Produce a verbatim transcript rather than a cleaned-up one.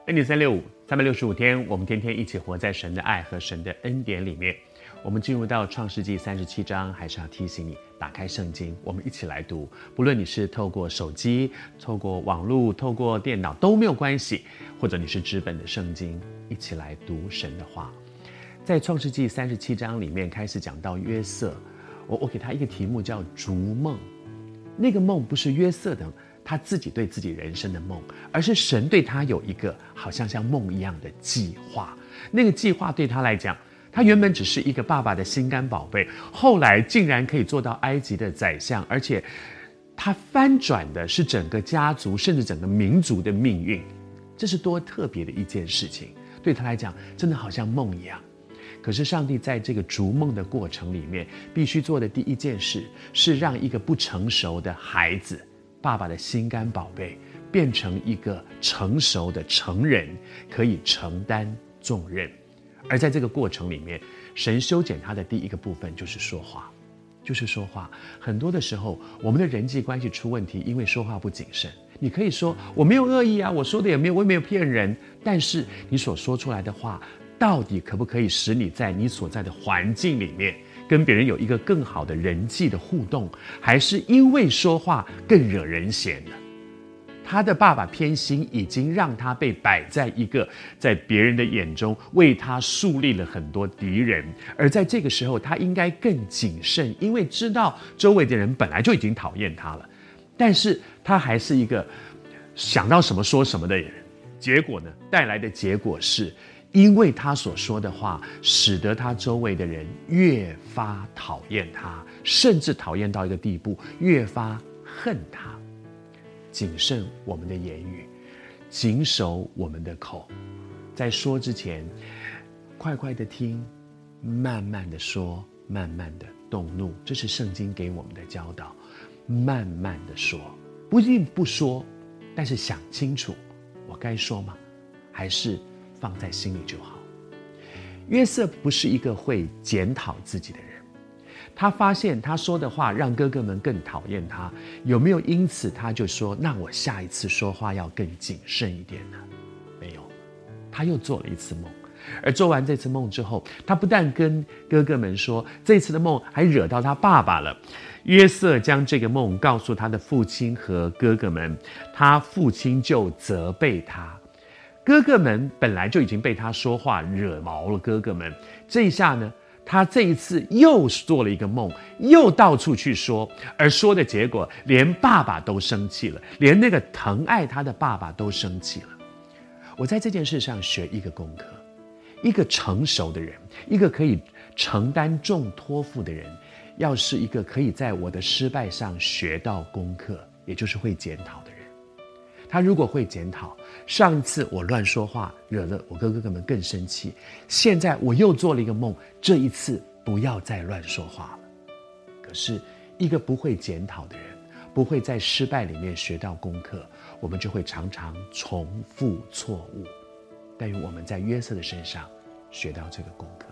恩典三六五，三百六十五天，我们天天一起活在神的爱和神的恩典里面。我们进入到创世纪三十七章，还是要提醒你打开圣经，我们一起来读。不论你是透过手机、透过网络、透过电脑都没有关系，或者你是纸本的圣经，一起来读神的话。在创世纪三十七章里面开始讲到约瑟，我我给他一个题目叫逐梦。那个梦不是约瑟的他自己对自己人生的梦，而是神对他有一个好像像梦一样的计划。那个计划对他来讲，他原本只是一个爸爸的心肝宝贝，后来竟然可以做到埃及的宰相，而且他翻转的是整个家族甚至整个民族的命运。这是多特别的一件事情，对他来讲真的好像梦一样。可是上帝在这个逐梦的过程里面，必须做的第一件事是让一个不成熟的孩子，爸爸的心肝宝贝，变成一个成熟的成人，可以承担重任。而在这个过程里面，神修剪他的第一个部分就是说话，就是说话。很多的时候，我们的人际关系出问题，因为说话不谨慎。你可以说我没有恶意啊，我说的也没有，我也没有骗人，但是你所说出来的话，到底可不可以使你在你所在的环境里面跟别人有一个更好的人际的互动，还是因为说话更惹人嫌呢？他的爸爸偏心已经让他被摆在一个在别人的眼中为他树立了很多敌人，而在这个时候他应该更谨慎，因为知道周围的人本来就已经讨厌他了，但是他还是一个想到什么说什么的人。结果呢，带来的结果是因为他所说的话，使得他周围的人越发讨厌他，甚至讨厌到一个地步，越发恨他。谨慎我们的言语，谨守我们的口，在说之前，快快的听，慢慢的说，慢慢的动怒，这是圣经给我们的教导。慢慢的说，不一定不说，但是想清楚，我该说吗？还是放在心里就好。约瑟不是一个会检讨自己的人，他发现他说的话让哥哥们更讨厌他，有没有因此他就说，那我下一次说话要更谨慎一点呢？没有，他又做了一次梦。而做完这次梦之后，他不但跟哥哥们说，这次的梦还惹到他爸爸了。约瑟将这个梦告诉他的父亲和哥哥们，他父亲就责备他。哥哥们本来就已经被他说话惹毛了，哥哥们这一下呢，他这一次又做了一个梦，又到处去说，而说的结果连爸爸都生气了，连那个疼爱他的爸爸都生气了。我在这件事上学一个功课，一个成熟的人，一个可以承担重托付的人，要是一个可以在我的失败上学到功课，也就是会检讨的人。他如果会检讨，上一次我乱说话惹了我哥哥们更生气，现在我又做了一个梦，这一次不要再乱说话了。可是一个不会检讨的人，不会在失败里面学到功课，我们就会常常重复错误。但愿我们在约瑟的身上学到这个功课。